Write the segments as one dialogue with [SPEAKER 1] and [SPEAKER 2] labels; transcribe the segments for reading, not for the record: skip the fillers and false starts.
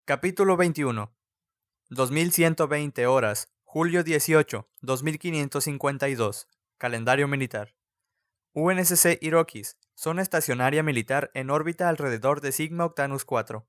[SPEAKER 1] Capítulo 21. 2120 horas, julio 18, 2552. Calendario militar. UNSC Iroquois, zona estacionaria militar en órbita alrededor de Sigma Octanus 4.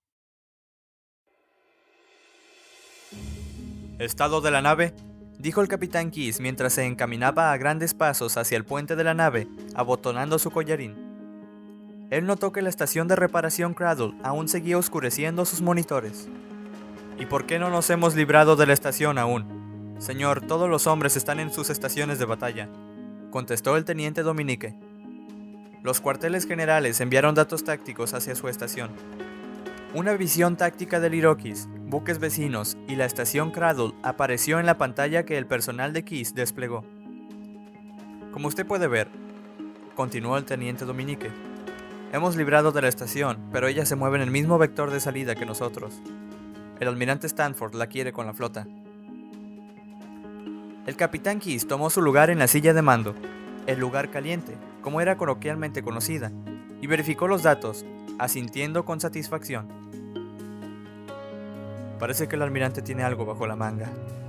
[SPEAKER 1] ¿Estado de la nave?, dijo el capitán Keyes mientras se encaminaba a grandes pasos hacia el puente de la nave, abotonando su collarín. Él notó que la estación de reparación Cradle aún seguía oscureciendo sus monitores. ¿Y por qué no nos hemos librado de la estación aún? Señor, todos los hombres están en sus estaciones de batalla, contestó el teniente Dominique. Los cuarteles generales enviaron datos tácticos hacia su estación. Una visión táctica del Iroquois, buques vecinos y la estación Cradle apareció en la pantalla que el personal de Keyes desplegó. Como usted puede ver, continuó el teniente Dominique, hemos librado de la estación, pero ella se mueve en el mismo vector de salida que nosotros. El almirante Stanford la quiere con la flota. El capitán Keyes tomó su lugar en la silla de mando, el lugar caliente, como era coloquialmente conocida, y verificó los datos, asintiendo con satisfacción. Parece que el almirante tiene algo bajo la manga.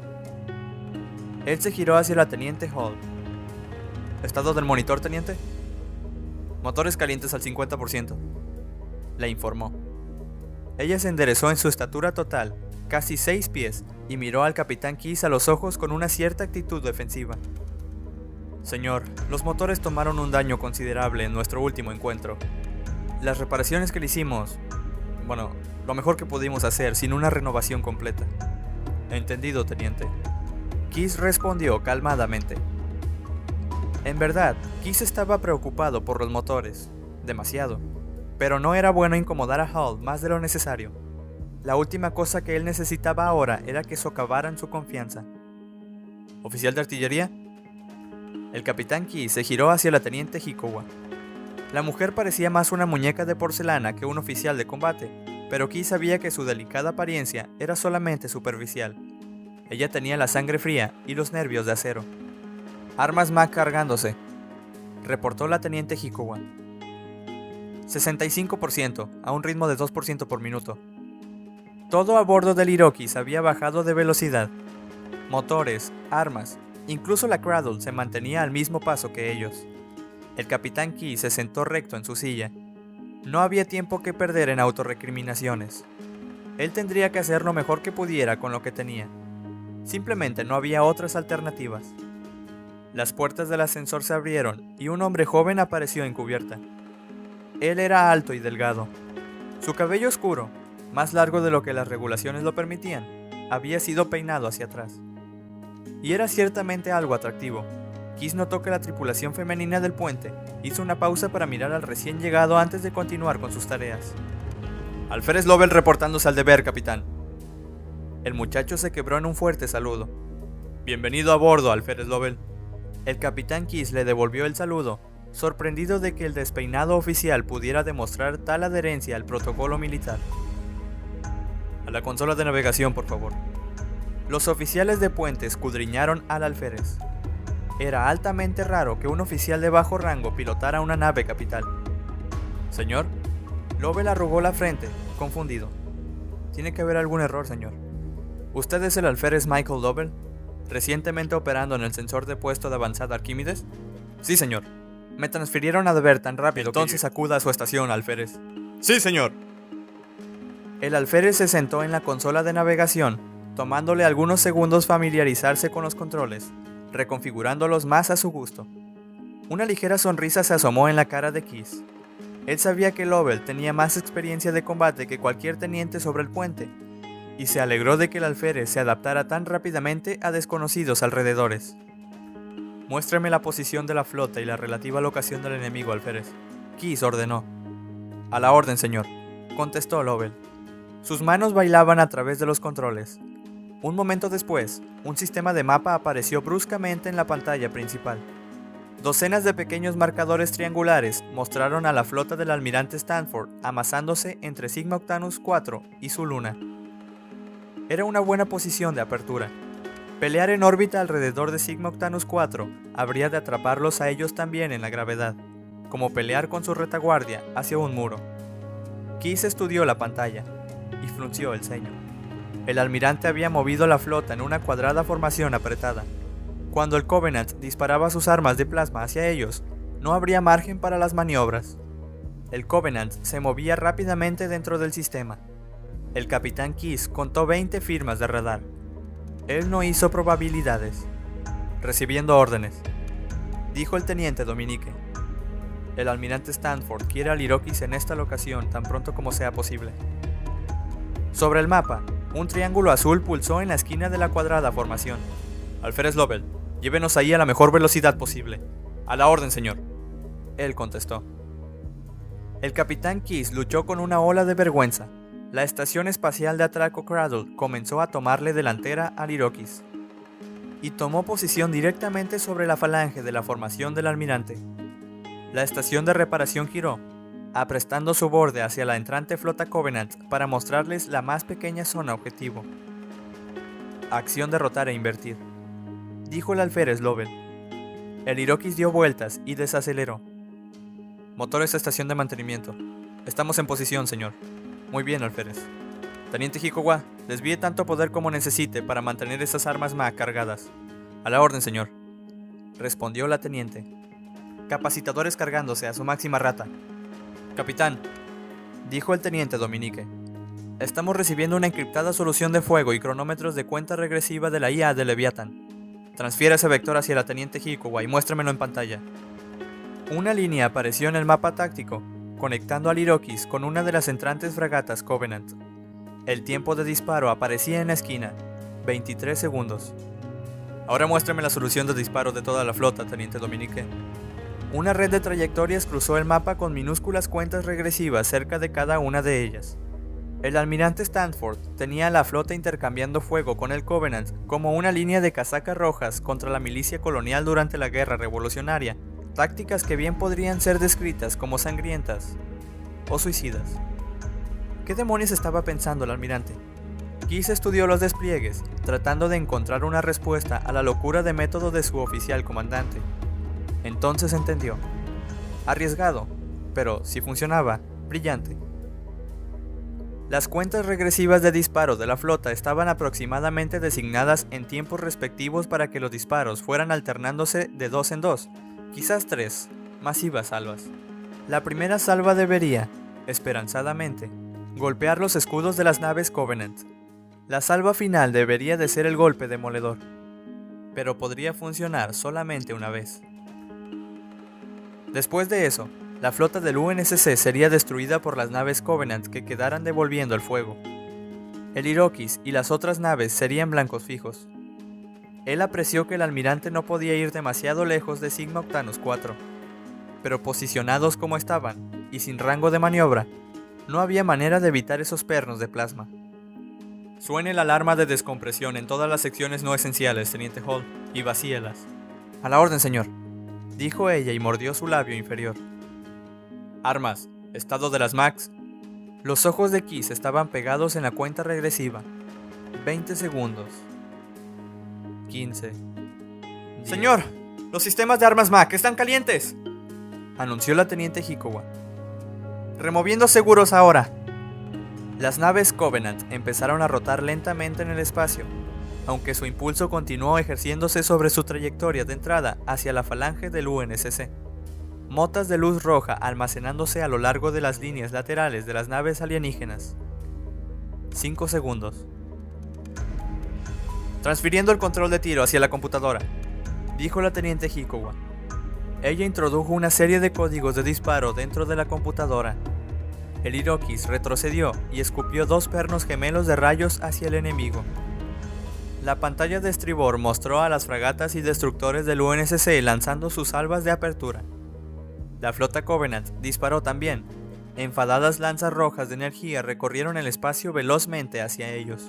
[SPEAKER 1] Él se giró hacia la teniente Hall. ¿Estado del monitor, teniente? Motores calientes al 50%, le informó. Ella se enderezó en su estatura total, casi 6 pies, y miró al capitán Keyes a los ojos con una cierta actitud defensiva. Señor, los motores tomaron un daño considerable en nuestro último encuentro. Las reparaciones que le hicimos, lo mejor que pudimos hacer sin una renovación completa. Entendido, teniente. Keyes respondió calmadamente. En verdad, Keyes estaba preocupado por los motores, demasiado, pero no era bueno incomodar a Hall más de lo necesario. La última cosa que él necesitaba ahora era que socavaran su confianza. ¿Oficial de artillería? El capitán Keyes se giró hacia la teniente Hikowa. La mujer parecía más una muñeca de porcelana que un oficial de combate, pero Keyes sabía que su delicada apariencia era solamente superficial. Ella tenía la sangre fría y los nervios de acero. Armas Mac cargándose, reportó la teniente Hikowa. 65%, a un ritmo de 2% por minuto. Todo a bordo del Iroquois había bajado de velocidad. Motores, armas, incluso la Cradle se mantenía al mismo paso que ellos. El capitán Keyes se sentó recto en su silla. No había tiempo que perder en autorrecriminaciones. Él tendría que hacer lo mejor que pudiera con lo que tenía. Simplemente no había otras alternativas. Las puertas del ascensor se abrieron y un hombre joven apareció en cubierta. Él era alto y delgado. Su cabello oscuro, más largo de lo que las regulaciones lo permitían, había sido peinado hacia atrás. Y era ciertamente algo atractivo. Keyes notó que la tripulación femenina del puente hizo una pausa para mirar al recién llegado antes de continuar con sus tareas. Alférez Lovell reportándose al deber, capitán. El muchacho se quebró en un fuerte saludo. Bienvenido a bordo, Alférez Lovell. El capitán Keyes le devolvió el saludo, sorprendido de que el despeinado oficial pudiera demostrar tal adherencia al protocolo militar. A la consola de navegación, por favor. Los oficiales de puente escudriñaron al alférez. Era altamente raro que un oficial de bajo rango pilotara una nave capital. Señor, Lovell arrugó la frente, confundido. Tiene que haber algún error, señor. ¿Usted es el alférez Michael Lovell, recientemente operando en el sensor de puesto de avanzada Arquímedes? Sí, señor. Me transfirieron a deber tan rápido. Entonces acuda a su estación, alférez. Sí, señor. El alférez se sentó en la consola de navegación, tomándole algunos segundos familiarizarse con los controles, reconfigurándolos más a su gusto. Una ligera sonrisa se asomó en la cara de Keyes. Él sabía que Lovell tenía más experiencia de combate que cualquier teniente sobre el puente, y se alegró de que el alférez se adaptara tan rápidamente a desconocidos alrededores. Muéstrame la posición de la flota y la relativa locación del enemigo, alférez. Keyes ordenó. A la orden, señor, contestó Lovell. Sus manos bailaban a través de los controles. Un momento después, un sistema de mapa apareció bruscamente en la pantalla principal. Docenas de pequeños marcadores triangulares mostraron a la flota del almirante Stanford amasándose entre Sigma Octanus 4 y su luna. Era una buena posición de apertura. Pelear en órbita alrededor de Sigma Octanus 4 habría de atraparlos a ellos también en la gravedad, como pelear con su retaguardia hacia un muro. Keyes estudió la pantalla y frunció el ceño. El almirante había movido la flota en una cuadrada formación apretada. Cuando el Covenant disparaba sus armas de plasma hacia ellos, no habría margen para las maniobras. El Covenant se movía rápidamente dentro del sistema. El capitán Keyes contó 20 firmas de radar. Él no hizo probabilidades. Recibiendo órdenes, dijo el teniente Dominique. El almirante Stanford quiere al Iroquois en esta locación tan pronto como sea posible. Sobre el mapa, un triángulo azul pulsó en la esquina de la cuadrada formación. Alférez Lovell, llévenos ahí a la mejor velocidad posible. A la orden, señor. Él contestó. El capitán Keyes luchó con una ola de vergüenza. La estación espacial de atraco Cradle comenzó a tomarle delantera al Iroquois y tomó posición directamente sobre la falange de la formación del almirante. La estación de reparación giró, aprestando su borde hacia la entrante flota Covenant para mostrarles la más pequeña zona objetivo. Acción de rotar e invertir, dijo el alférez Lovell. El Iroquois dio vueltas y desaceleró. Motores a estación de mantenimiento. Estamos en posición, señor. Muy bien, alférez. Teniente Hikowa, desvíe tanto poder como necesite para mantener esas armas MAC cargadas. A la orden, señor. Respondió la teniente. Capacitadores cargándose a su máxima rata. Capitán, dijo el teniente Dominique. Estamos recibiendo una encriptada solución de fuego y cronómetros de cuenta regresiva de la IA de Leviathan. Transfiera ese vector hacia la teniente Hikowa y muéstremelo en pantalla. Una línea apareció en el mapa táctico, conectando al Iroquois con una de las entrantes fragatas Covenant. El tiempo de disparo aparecía en la esquina, 23 segundos. Ahora muéstrame la solución de disparo de toda la flota, teniente Dominique. Una red de trayectorias cruzó el mapa con minúsculas cuentas regresivas cerca de cada una de ellas. El almirante Stanford tenía a la flota intercambiando fuego con el Covenant como una línea de casacas rojas contra la milicia colonial durante la guerra revolucionaria, tácticas que bien podrían ser descritas como sangrientas o suicidas. ¿Qué demonios estaba pensando el almirante? Keyes estudió los despliegues, tratando de encontrar una respuesta a la locura de método de su oficial comandante. Entonces entendió. Arriesgado, pero si funcionaba, brillante. Las cuentas regresivas de disparo de la flota estaban aproximadamente designadas en tiempos respectivos para que los disparos fueran alternándose de 2 en 2, quizás 3, masivas salvas. La primera salva debería, esperanzadamente, golpear los escudos de las naves Covenant. La salva final debería de ser el golpe demoledor, pero podría funcionar solamente una vez. Después de eso, la flota del UNSC sería destruida por las naves Covenant que quedaran devolviendo el fuego. El Iroquois y las otras naves serían blancos fijos. Él apreció que el almirante no podía ir demasiado lejos de Sigma Octanus 4, pero posicionados como estaban, y sin rango de maniobra, no había manera de evitar esos pernos de plasma. Suene la alarma de descompresión en todas las secciones no esenciales, teniente Hall, y vacíelas. A la orden, señor, dijo ella y mordió su labio inferior. Armas, estado de las MACs. Los ojos de Keyes estaban pegados en la cuenta regresiva. 20 segundos. 15. 10. Señor, los sistemas de armas MAC están calientes, anunció la teniente Hikowa. Removiendo seguros ahora. Las naves Covenant empezaron a rotar lentamente en el espacio, aunque su impulso continuó ejerciéndose sobre su trayectoria de entrada hacia la falange del UNSC. Motas de luz roja almacenándose a lo largo de las líneas laterales de las naves alienígenas. 5 segundos. Transfiriendo el control de tiro hacia la computadora, dijo la teniente Hikowa. Ella introdujo una serie de códigos de disparo dentro de la computadora. El Iroquois retrocedió y escupió 2 pernos gemelos de rayos hacia el enemigo. La pantalla de estribor mostró a las fragatas y destructores del UNSC lanzando sus salvas de apertura. La flota Covenant disparó también. Enfadadas lanzas rojas de energía recorrieron el espacio velozmente hacia ellos.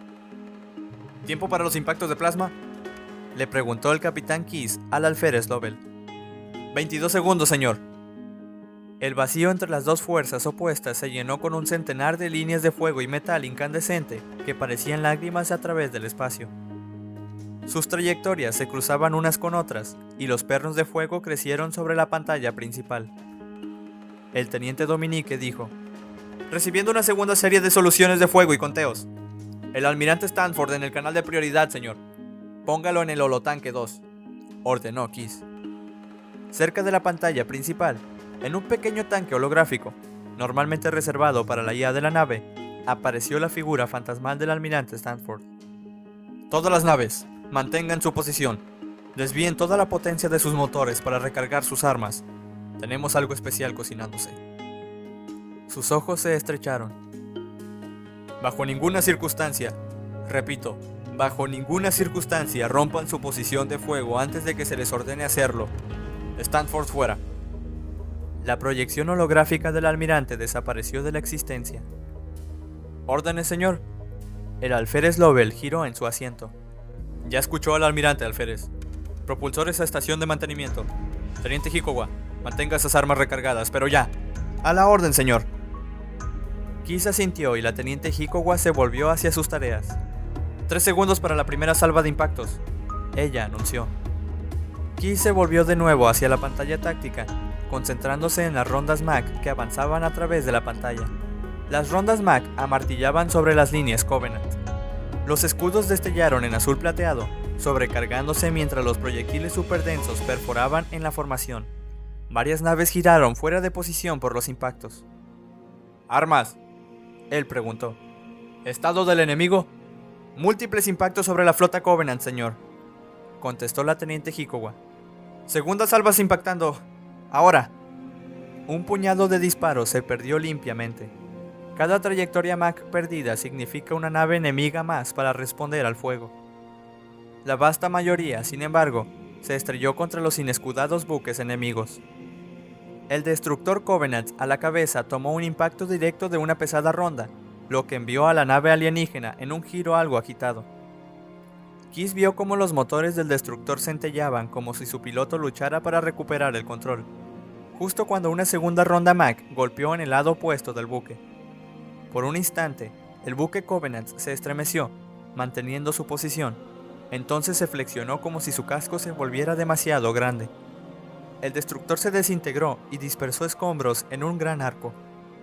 [SPEAKER 1] ¿Tiempo para los impactos de plasma?, le preguntó el capitán Keyes al alférez Lovell. 22 segundos, señor. El vacío entre las dos fuerzas opuestas se llenó con un centenar de líneas de fuego y metal incandescente que parecían lágrimas a través del espacio. Sus trayectorias se cruzaban unas con otras, y los pernos de fuego crecieron sobre la pantalla principal. El teniente Dominique dijo: recibiendo una segunda serie de soluciones de fuego y conteos. El almirante Stanford en el canal de prioridad, señor. Póngalo en el holotanque 2, ordenó Kiss. Cerca de la pantalla principal, en un pequeño tanque holográfico, normalmente reservado para la IA de la nave, apareció la figura fantasmal del almirante Stanford. Todas las naves, mantengan su posición. Desvíen toda la potencia de sus motores para recargar sus armas. Tenemos algo especial cocinándose. Sus ojos se estrecharon. Bajo ninguna circunstancia, repito, bajo ninguna circunstancia rompan su posición de fuego antes de que se les ordene hacerlo. Stanford fuera. La proyección holográfica del almirante desapareció de la existencia. ¿Órdenes, señor? El alférez Lovell giró en su asiento. Ya escuchó al almirante, alférez. Propulsores a estación de mantenimiento. Teniente Hikowa, mantenga esas armas recargadas, pero ya. A la orden, señor. Kiss asintió y la teniente Hikowa se volvió hacia sus tareas. 3 segundos para la primera salva de impactos, ella anunció. Kiss se volvió de nuevo hacia la pantalla táctica, concentrándose en las rondas MAC que avanzaban a través de la pantalla. Las rondas MAC amartillaban sobre las líneas Covenant. Los escudos destellaron en azul plateado, sobrecargándose mientras los proyectiles superdensos perforaban en la formación. Varias naves giraron fuera de posición por los impactos. «¿Armas?», él preguntó. «¿Estado del enemigo?». «Múltiples impactos sobre la flota Covenant, señor», contestó la teniente Hikowa. «Segundas salvas impactando. Ahora». Un puñado de disparos se perdió limpiamente. Cada trayectoria MAC perdida significa una nave enemiga más para responder al fuego. La vasta mayoría, sin embargo, se estrelló contra los inescudados buques enemigos. El destructor Covenant a la cabeza tomó un impacto directo de una pesada ronda, lo que envió a la nave alienígena en un giro algo agitado. Kiss vio cómo los motores del destructor centellaban como si su piloto luchara para recuperar el control, justo cuando una segunda ronda MAC golpeó en el lado opuesto del buque. Por un instante, el buque Covenant se estremeció, manteniendo su posición. Entonces se flexionó como si su casco se volviera demasiado grande. El destructor se desintegró y dispersó escombros en un gran arco.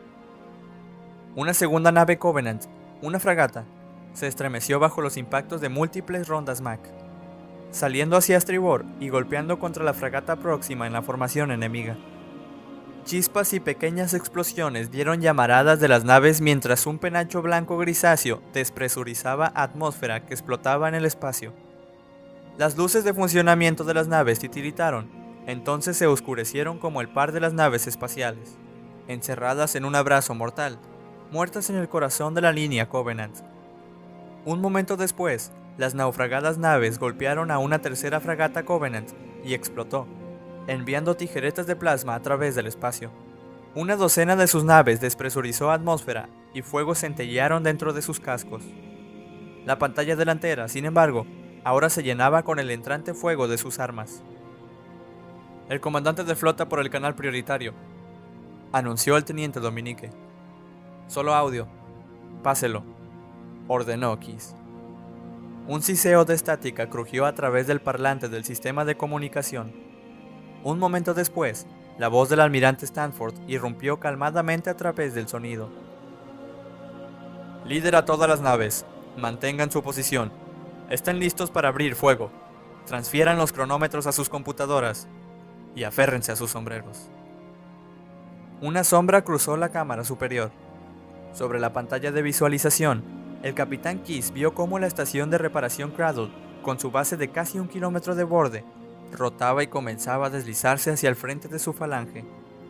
[SPEAKER 1] Una segunda nave Covenant, una fragata, se estremeció bajo los impactos de múltiples rondas MAC, saliendo hacia estribor y golpeando contra la fragata próxima en la formación enemiga. Chispas y pequeñas explosiones dieron llamaradas de las naves mientras un penacho blanco grisáceo despresurizaba atmósfera que explotaba en el espacio. Las luces de funcionamiento de las naves titiritaron, entonces se oscurecieron como el par de las naves espaciales, encerradas en un abrazo mortal, muertas en el corazón de la línea Covenant. Un momento después, las naufragadas naves golpearon a una tercera fragata Covenant y explotó, enviando tijeretas de plasma a través del espacio. Una docena de sus naves despresurizó atmósfera y fuegos centellearon dentro de sus cascos. La pantalla delantera, sin embargo, ahora se llenaba con el entrante fuego de sus armas. «El comandante de flota por el canal prioritario», anunció el teniente Dominique. «Solo audio. Páselo», ordenó Kiss. Un siseo de estática crujió a través del parlante del sistema de comunicación. Un momento después, la voz del almirante Stanford irrumpió calmadamente a través del sonido. «Líder a todas las naves. Mantengan su posición. Estén listos para abrir fuego. Transfieran los cronómetros a sus computadoras. Y aférrense a sus sombreros». Una sombra cruzó la cámara superior. Sobre la pantalla de visualización, el capitán Kiss vio cómo la estación de reparación Cradle, con su base de casi 1 kilómetro de borde, rotaba y comenzaba a deslizarse hacia el frente de su falange.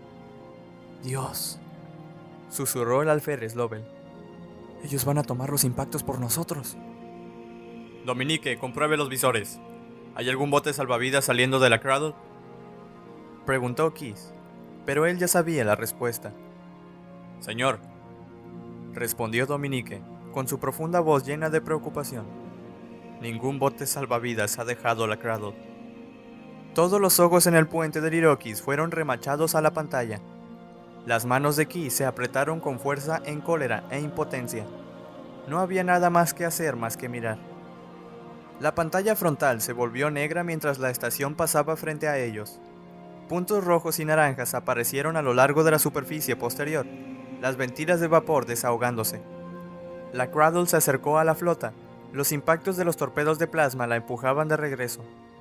[SPEAKER 1] «Dios», susurró el alférez Lovell. «Ellos van a tomar los impactos por nosotros». «Dominique, compruebe los visores. ¿Hay algún bote salvavidas saliendo de la Cradle?», preguntó Kiss, pero él ya sabía la respuesta. «Señor», respondió Dominique, con su profunda voz llena de preocupación. «Ningún bote salvavidas ha dejado la Cradle». Todos los ojos en el puente de Iroquois fueron remachados a la pantalla. Las manos de Kiss se apretaron con fuerza en cólera e impotencia. No había nada más que hacer más que mirar. La pantalla frontal se volvió negra mientras la estación pasaba frente a ellos. Puntos rojos y naranjas aparecieron a lo largo de la superficie posterior, las ventilas de vapor desahogándose. La Cradle se acercó a la flota. Los impactos de los torpedos de plasma la empujaban de regreso.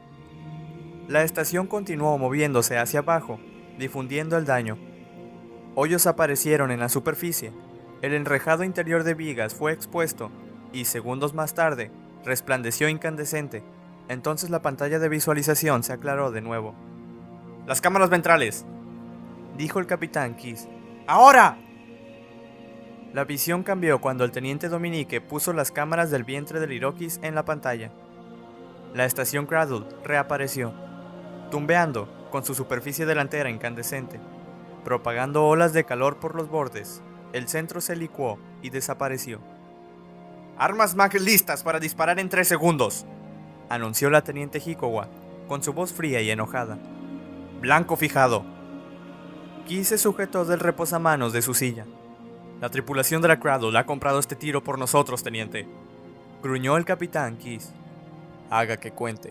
[SPEAKER 1] La estación continuó moviéndose hacia abajo, difundiendo el daño. Hoyos aparecieron en la superficie. El enrejado interior de vigas fue expuesto y, segundos más tarde, resplandeció incandescente. Entonces la pantalla de visualización se aclaró de nuevo. «¡Las cámaras ventrales!», dijo el capitán Keyes. «¡Ahora!». La visión cambió cuando el teniente Dominique puso las cámaras del vientre del Iroquois en la pantalla. La estación Cradle reapareció, tumbeando con su superficie delantera incandescente, propagando olas de calor por los bordes. El centro se licuó y desapareció. «Armas Mac listas para disparar en 3 segundos», anunció la teniente Hikowa, con su voz fría y enojada. «Blanco fijado». Keyes se sujetó del reposamanos de su silla. «La tripulación de la Cradle ha comprado este tiro por nosotros, teniente», gruñó el capitán Keyes. «Haga que cuente».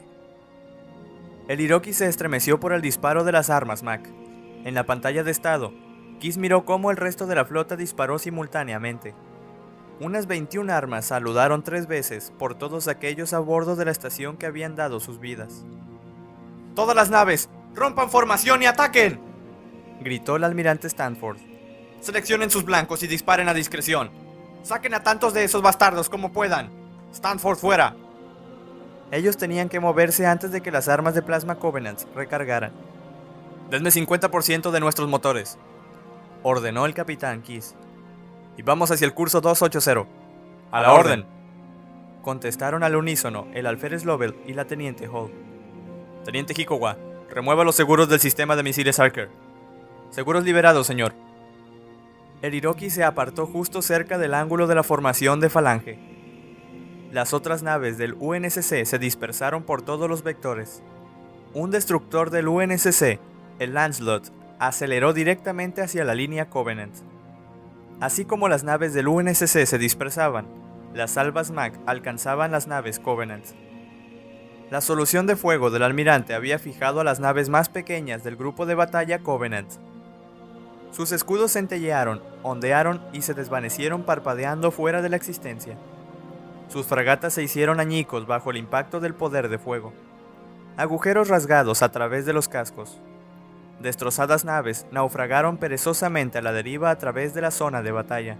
[SPEAKER 1] El Iroquois se estremeció por el disparo de las armas Mac. En la pantalla de estado, Keyes miró cómo el resto de la flota disparó simultáneamente. Unas 21 armas saludaron 3 veces por todos aquellos a bordo de la estación que habían dado sus vidas. «¡Todas las naves! ¡Rompan formación y ataquen!», gritó el almirante Stanford. «Seleccionen sus blancos y disparen a discreción. Saquen a tantos de esos bastardos como puedan. Stanford fuera». Ellos tenían que moverse antes de que las armas de plasma Covenant recargaran. «Denme 50% de nuestros motores», ordenó el capitán Keyes. «Y vamos hacia el curso 280. «A la orden», contestaron al unísono el alférez Lovell y la teniente Hall. «Teniente Hikowa, remueva los seguros del sistema de misiles Archer». «Seguros liberados, señor». El Iroquois se apartó justo cerca del ángulo de la formación de falange. Las otras naves del UNSC se dispersaron por todos los vectores. Un destructor del UNSC, el Lancelot, aceleró directamente hacia la línea Covenant. Así como las naves del UNSC se dispersaban, las salvas Mac alcanzaban las naves Covenant. La solución de fuego del almirante había fijado a las naves más pequeñas del grupo de batalla Covenant. Sus escudos centellearon, ondearon y se desvanecieron parpadeando fuera de la existencia. Sus fragatas se hicieron añicos bajo el impacto del poder de fuego. Agujeros rasgados a través de los cascos. Destrozadas naves naufragaron perezosamente a la deriva a través de la zona de batalla.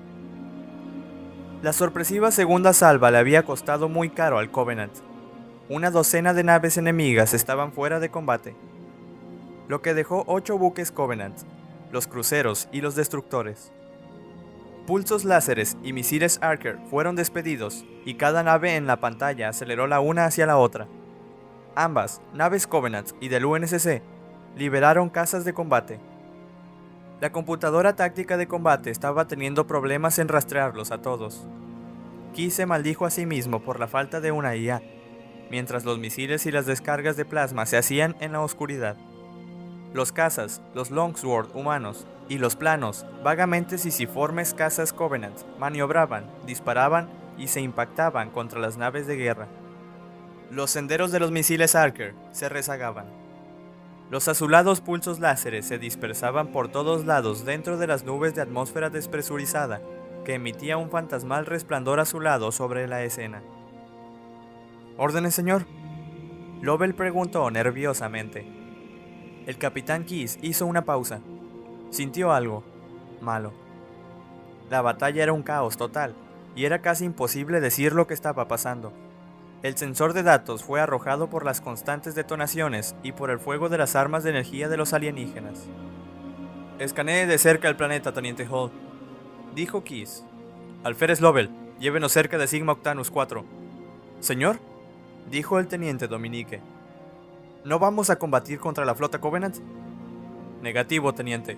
[SPEAKER 1] La sorpresiva segunda salva le había costado muy caro al Covenant. Una docena de naves enemigas estaban fuera de combate, lo que dejó 8 buques Covenant, los cruceros y los destructores. Pulsos láseres y misiles Archer fueron despedidos y cada nave en la pantalla aceleró la una hacia la otra. Ambas, naves Covenant y del UNSC, liberaron cazas de combate. La computadora táctica de combate estaba teniendo problemas en rastrearlos a todos. Keyes se maldijo a sí mismo por la falta de una IA, mientras los misiles y las descargas de plasma se hacían en la oscuridad. Los cazas, los Longsword humanos y los planos, vagamente sisiformes cazas Covenant, maniobraban, disparaban y se impactaban contra las naves de guerra. Los senderos de los misiles Archer se rezagaban. Los azulados pulsos láseres se dispersaban por todos lados dentro de las nubes de atmósfera despresurizada, que emitía un fantasmal resplandor azulado sobre la escena. «¿Órdenes, señor?», Lovell preguntó nerviosamente. El capitán Keyes hizo una pausa. Sintió algo malo. La batalla era un caos total, y era casi imposible decir lo que estaba pasando. El sensor de datos fue arrojado por las constantes detonaciones y por el fuego de las armas de energía de los alienígenas. «Escanee de cerca el planeta, teniente Hall», dijo Keyes. «Alférez Lovell, llévenos cerca de Sigma Octanus 4. «¿Señor?», dijo el teniente Dominique. «¿No vamos a combatir contra la flota Covenant?». «Negativo, teniente».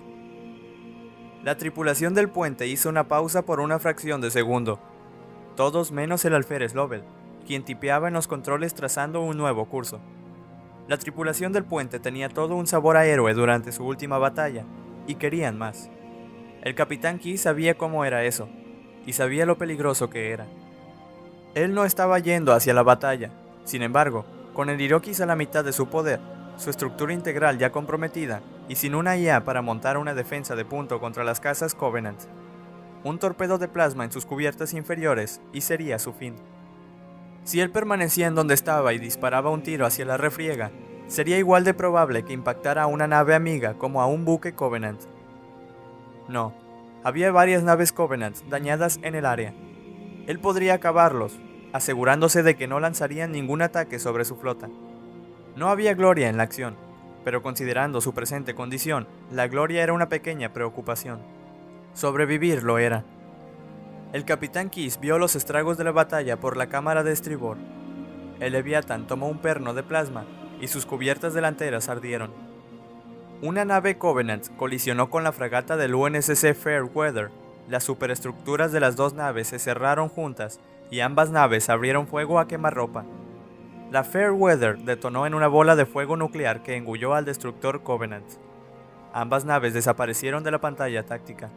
[SPEAKER 1] La tripulación del puente hizo una pausa por una fracción de segundo. Todos menos el alférez Lovell, quien tipeaba en los controles trazando un nuevo curso. La tripulación del puente tenía todo un sabor a héroe durante su última batalla, y querían más. El capitán Keyes sabía cómo era eso, y sabía lo peligroso que era. Él no estaba yendo hacia la batalla. Sin embargo, con el Iroquois a la mitad de su poder, su estructura integral ya comprometida, y sin una IA para montar una defensa de punto contra las cazas Covenant, un torpedo de plasma en sus cubiertas inferiores y sería su fin. Si él permanecía en donde estaba y disparaba un tiro hacia la refriega, sería igual de probable que impactara a una nave amiga como a un buque Covenant. No, había varias naves Covenant dañadas en el área. Él podría acabarlos, asegurándose de que no lanzarían ningún ataque sobre su flota. No había gloria en la acción, pero considerando su presente condición, la gloria era una pequeña preocupación. Sobrevivir lo era. El capitán Keyes vio los estragos de la batalla por la cámara de estribor. El Leviatán tomó un perno de plasma y sus cubiertas delanteras ardieron. Una nave Covenant colisionó con la fragata del UNSC Fairweather. Las superestructuras de las dos naves se cerraron juntas y ambas naves abrieron fuego a quemarropa. La Fairweather detonó en una bola de fuego nuclear que engulló al destructor Covenant. Ambas naves desaparecieron de la pantalla táctica.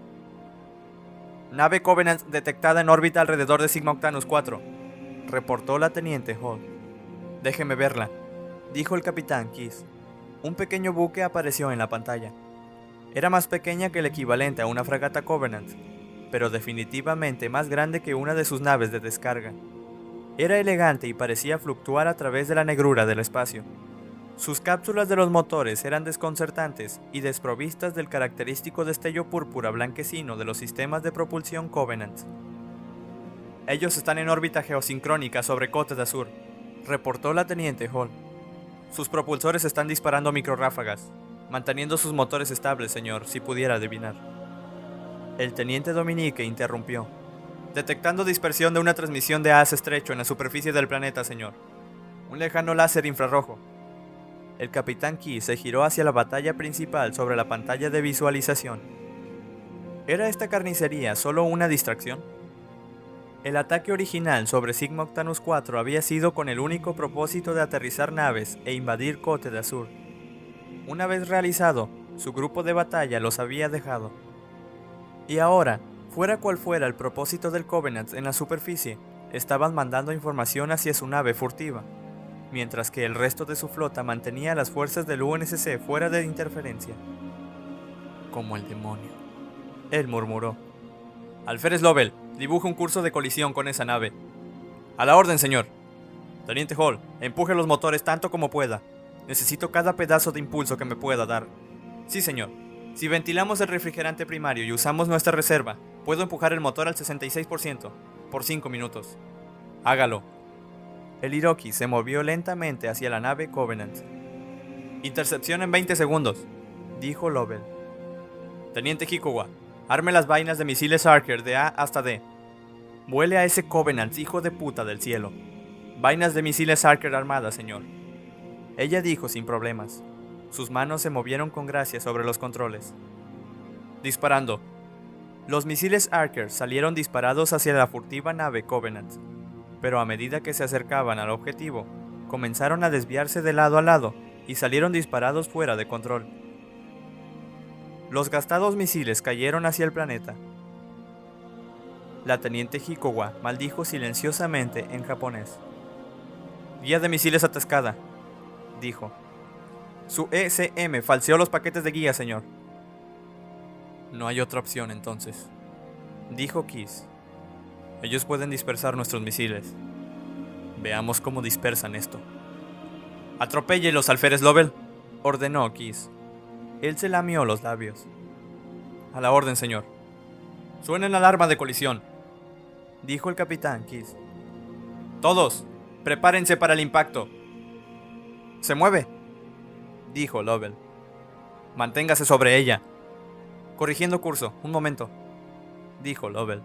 [SPEAKER 1] Nave Covenant detectada en órbita alrededor de Sigma Octanus 4, reportó la teniente Hall. Déjeme verla, dijo el capitán Keyes. Un pequeño buque apareció en la pantalla. Era más pequeña que el equivalente a una fragata Covenant, pero definitivamente más grande que una de sus naves de descarga. Era elegante y parecía fluctuar a través de la negrura del espacio. Sus cápsulas de los motores eran desconcertantes y desprovistas del característico destello púrpura blanquecino de los sistemas de propulsión Covenant. Ellos están en órbita geosincrónica sobre Côte d'Azur, reportó la teniente Hall. Sus propulsores están disparando microráfagas, manteniendo sus motores estables, señor, si pudiera adivinar. El teniente Dominique interrumpió. Detectando dispersión de una transmisión de haz estrecho en la superficie del planeta, señor. Un lejano láser infrarrojo. El capitán Keyes se giró hacia la batalla principal sobre la pantalla de visualización. ¿Era esta carnicería solo una distracción? El ataque original sobre Sigma Octanus 4 había sido con el único propósito de aterrizar naves e invadir Côte d'Azur. Una vez realizado, su grupo de batalla los había dejado. Y ahora, fuera cual fuera el propósito del Covenant en la superficie, estaban mandando información hacia su nave furtiva, mientras que el resto de su flota mantenía a las fuerzas del UNSC fuera de interferencia. Como el demonio, él murmuró. Alférez Lovell, dibuja un curso de colisión con esa nave. A la orden, señor. Teniente Hall, empuje los motores tanto como pueda. Necesito cada pedazo de impulso que me pueda dar. Sí, señor. Si ventilamos el refrigerante primario y usamos nuestra reserva, puedo empujar el motor al 66%, por 5 minutos. Hágalo. El Iroquois se movió lentamente hacia la nave Covenant. Intercepción en 20 segundos, dijo Lovell. Teniente Hikowa, arme las vainas de misiles Archer de A hasta D. Vuele a ese Covenant, hijo de puta del cielo. Vainas de misiles Archer armadas, señor. Ella dijo sin problemas. Sus manos se movieron con gracia sobre los controles. Disparando. Los misiles Archer salieron disparados hacia la furtiva nave Covenant, pero a medida que se acercaban al objetivo, comenzaron a desviarse de lado a lado y salieron disparados fuera de control. Los gastados misiles cayeron hacia el planeta. La teniente Hikowa maldijo silenciosamente en japonés. Guía de misiles atascada, dijo. Su ECM falseó los paquetes de guía, señor. No hay otra opción entonces, dijo Keyes. Ellos pueden dispersar nuestros misiles. Veamos cómo dispersan esto. Atropéllelos, alférez Lovell, ordenó Keyes. Él se lamió los labios. A la orden, señor. Suenen la alarma de colisión, dijo el capitán Keyes. Todos, prepárense para el impacto. Se mueve, dijo Lovell. Manténgase sobre ella. Corrigiendo curso, un momento, dijo Lovell.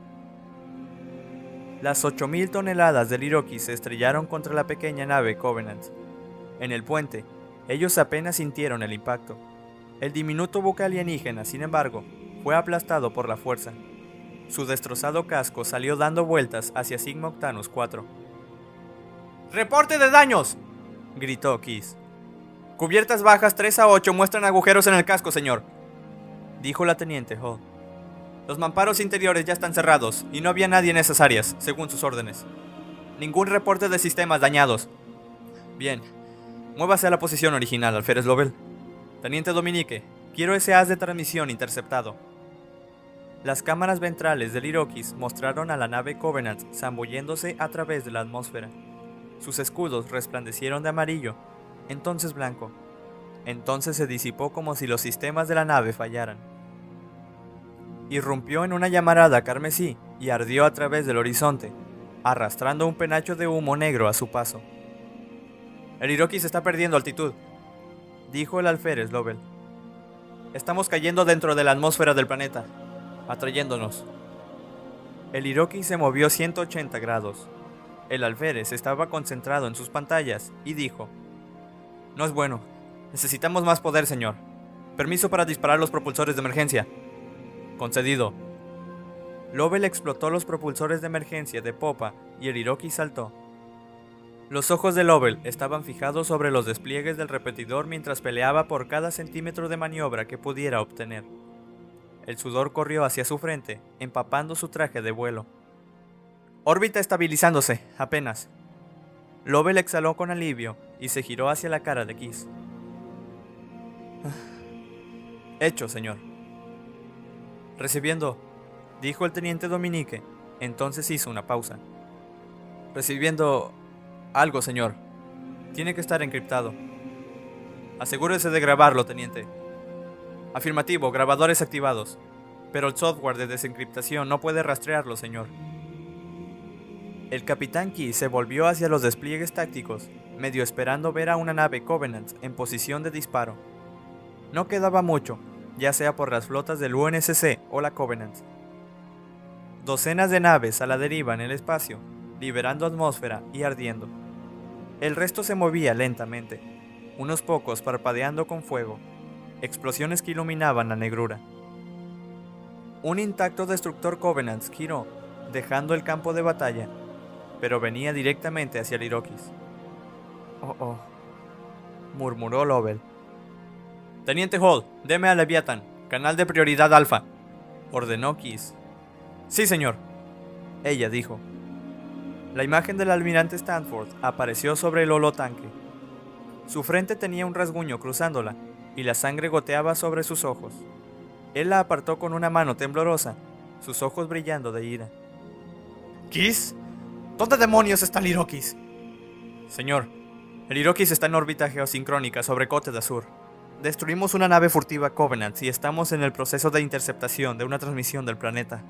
[SPEAKER 1] Las 8.000 toneladas del Iroquois se estrellaron contra la pequeña nave Covenant. En el puente, ellos apenas sintieron el impacto. El diminuto buque alienígena, sin embargo, fue aplastado por la fuerza. Su destrozado casco salió dando vueltas hacia Sigma Octanus 4. ¡Reporte de daños!, gritó Keyes. Cubiertas bajas 3 a 8 muestran agujeros en el casco, señor, dijo la teniente Hall. Los mamparos interiores ya están cerrados y no había nadie en esas áreas, según sus órdenes. Ningún reporte de sistemas dañados. Bien, muévase a la posición original, alférez Lovell. Teniente Dominique, quiero ese haz de transmisión interceptado. Las cámaras ventrales del Iroquois mostraron a la nave Covenant zambulléndose a través de la atmósfera. Sus escudos resplandecieron de amarillo, entonces blanco. Entonces se disipó como si los sistemas de la nave fallaran. Irrumpió en una llamarada carmesí y ardió a través del horizonte, arrastrando un penacho de humo negro a su paso. «El Iroquois está perdiendo altitud», dijo el alférez Lovell. «Estamos cayendo dentro de la atmósfera del planeta, atrayéndonos». El Iroquois se movió 180 grados. El alférez estaba concentrado en sus pantallas y dijo: «No es bueno. Necesitamos más poder, señor. Permiso para disparar los propulsores de emergencia». «Concedido». Lovell explotó los propulsores de emergencia de popa y el Iroquois saltó. Los ojos de Lovell estaban fijados sobre los despliegues del repetidor mientras peleaba por cada centímetro de maniobra que pudiera obtener. El sudor corrió hacia su frente, empapando su traje de vuelo. «Órbita estabilizándose, apenas». Lovell exhaló con alivio y se giró hacia la cara de Kiss. «Hecho, señor». «Recibiendo», dijo el teniente Dominique, entonces hizo una pausa. «Recibiendo algo, señor. Tiene que estar encriptado». «Asegúrese de grabarlo, teniente». «Afirmativo, grabadores activados. Pero el software de desencriptación no puede rastrearlo, señor». El capitán Key se volvió hacia los despliegues tácticos, medio esperando ver a una nave Covenant en posición de disparo. No quedaba mucho, ya sea por las flotas del UNSC o la Covenant. Docenas de naves a la deriva en el espacio, liberando atmósfera y ardiendo. El resto se movía lentamente, unos pocos parpadeando con fuego, explosiones que iluminaban la negrura. Un intacto destructor Covenant giró, dejando el campo de batalla, pero venía directamente hacia el Iroquois. «Oh», murmuró Lovell. «Teniente Hall, deme a Leviathan, canal de prioridad alfa», ordenó Kiss. «Sí, señor», ella dijo. La imagen del almirante Stanford apareció sobre el holotanque. Su frente tenía un rasguño cruzándola, y la sangre goteaba sobre sus ojos. Él la apartó con una mano temblorosa, sus ojos brillando de ira. «¿Kiss? ¿Dónde demonios está el Iroquois?» «Señor, el Iroquois está en órbita geosincrónica sobre Côte d'Azur. Destruimos una nave furtiva Covenant y estamos en el proceso de interceptación de una transmisión del planeta».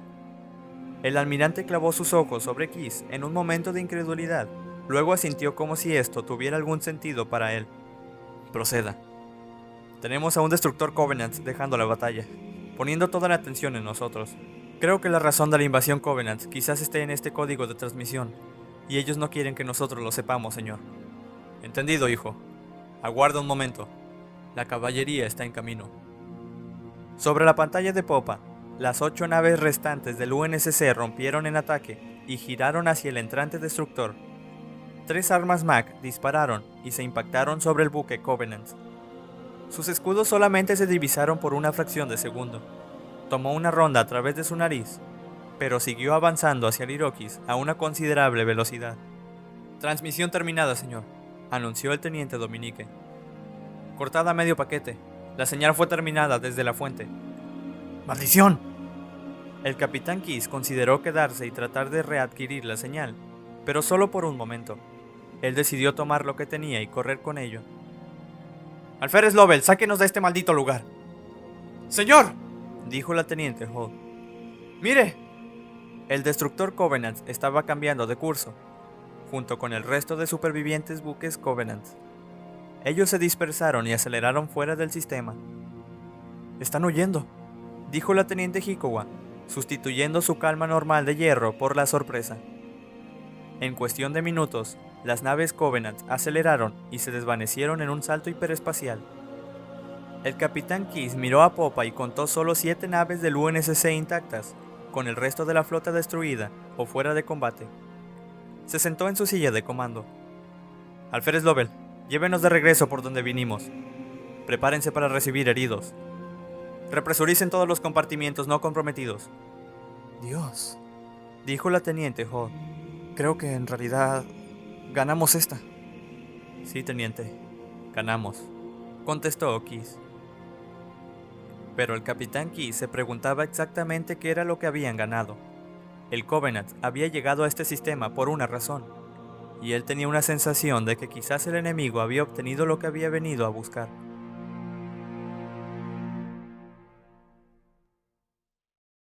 [SPEAKER 1] El almirante clavó sus ojos sobre Kiss en un momento de incredulidad, luego asintió como si esto tuviera algún sentido para él. «Proceda. Tenemos a un destructor Covenant dejando la batalla, poniendo toda la atención en nosotros. Creo que la razón de la invasión Covenant quizás esté en este código de transmisión, y ellos no quieren que nosotros lo sepamos, señor». «Entendido, hijo. Aguarda un momento. La caballería está en camino». Sobre la pantalla de popa, las 8 naves restantes del UNSC rompieron en ataque y giraron hacia el entrante destructor. 3 armas MAC dispararon y se impactaron sobre el buque Covenant. Sus escudos solamente se divisaron por una fracción de segundo. Tomó una ronda a través de su nariz, pero siguió avanzando hacia el Iroquois a una considerable velocidad. «Transmisión terminada, señor», anunció el teniente Dominique. «Cortada a medio paquete. La señal fue terminada desde la fuente». «¡Maldición!». El capitán Kiss consideró quedarse y tratar de readquirir la señal, pero solo por un momento. Él decidió tomar lo que tenía y correr con ello. «Alférez Lovell, sáquenos de este maldito lugar». «¡Señor!», dijo la teniente Hall. «¡Mire!». El destructor Covenant estaba cambiando de curso, junto con el resto de supervivientes buques Covenant. Ellos se dispersaron y aceleraron fuera del sistema. «Están huyendo», dijo la teniente Hikowa, sustituyendo su calma normal de hierro por la sorpresa. En cuestión de minutos, las naves Covenant aceleraron y se desvanecieron en un salto hiperespacial. El capitán Kiss miró a popa y contó solo 7 naves del UNSC intactas, con el resto de la flota destruida o fuera de combate. Se sentó en su silla de comando. «Alférez Lovell, llévenos de regreso por donde vinimos. Prepárense para recibir heridos. Represuricen todos los compartimientos no comprometidos». «Dios», dijo la teniente Hall. «Creo que en realidad ganamos esta». «Sí, teniente, ganamos», contestó Kiss. Pero el Capitán Key se preguntaba exactamente qué era lo que habían ganado. El Covenant había llegado a este sistema por una razón, y él tenía una sensación de que quizás el enemigo había obtenido lo que había venido a buscar.